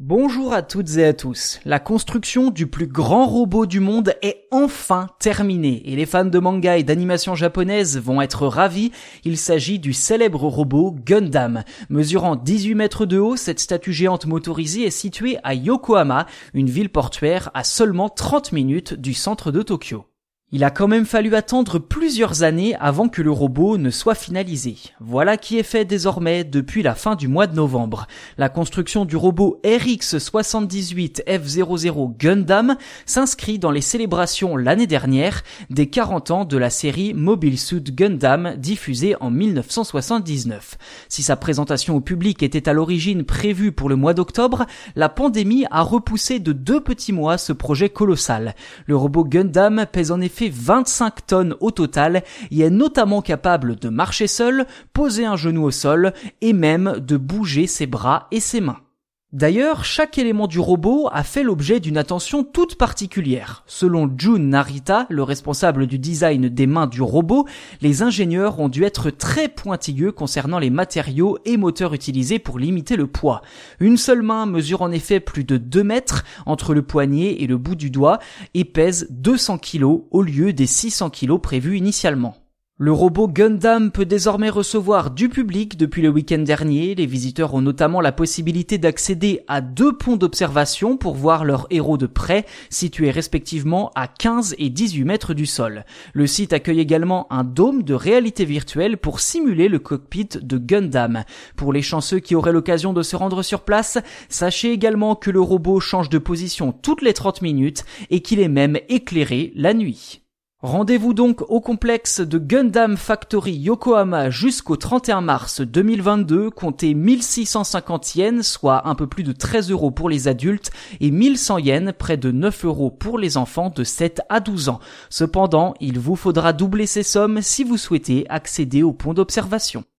Bonjour à toutes et à tous. La construction du plus grand robot du monde est enfin terminée et les fans de manga et d'animation japonaise vont être ravis. Il s'agit du célèbre robot Gundam. Mesurant 18 mètres de haut, cette statue géante motorisée est située à Yokohama, une ville portuaire à seulement 30 minutes du centre de Tokyo. Il a quand même fallu attendre plusieurs années avant que le robot ne soit finalisé. Voilà qui est fait désormais depuis la fin du mois de novembre. La construction du robot RX-78F00 Gundam s'inscrit dans les célébrations l'année dernière des 40 ans de la série Mobile Suit Gundam diffusée en 1979. Si sa présentation au public était à l'origine prévue pour le mois d'octobre, la pandémie a repoussé de 2 petits mois ce projet colossal. Le robot Gundam pèse en effet 25 tonnes au total et est notamment capable de marcher seul, poser un genou au sol et même de bouger ses bras et ses mains. D'ailleurs, chaque élément du robot a fait l'objet d'une attention toute particulière. Selon Jun Narita, le responsable du design des mains du robot, les ingénieurs ont dû être très pointilleux concernant les matériaux et moteurs utilisés pour limiter le poids. Une seule main mesure en effet plus de 2 mètres entre le poignet et le bout du doigt et pèse 200 kg au lieu des 600 kg prévus initialement. Le robot Gundam peut désormais recevoir du public depuis le week-end dernier. Les visiteurs ont notamment la possibilité d'accéder à 2 ponts d'observation pour voir leurs héros de près, situés respectivement à 15 et 18 mètres du sol. Le site accueille également un dôme de réalité virtuelle pour simuler le cockpit de Gundam. Pour les chanceux qui auraient l'occasion de se rendre sur place, sachez également que le robot change de position toutes les 30 minutes et qu'il est même éclairé la nuit. Rendez-vous donc au complexe de Gundam Factory Yokohama jusqu'au 31 mars 2022, comptez 1650 yens, soit un peu plus de 13 € pour les adultes, et 1100 yens, près de 9 € pour les enfants de 7 à 12 ans. Cependant, il vous faudra doubler ces sommes si vous souhaitez accéder au pont d'observation.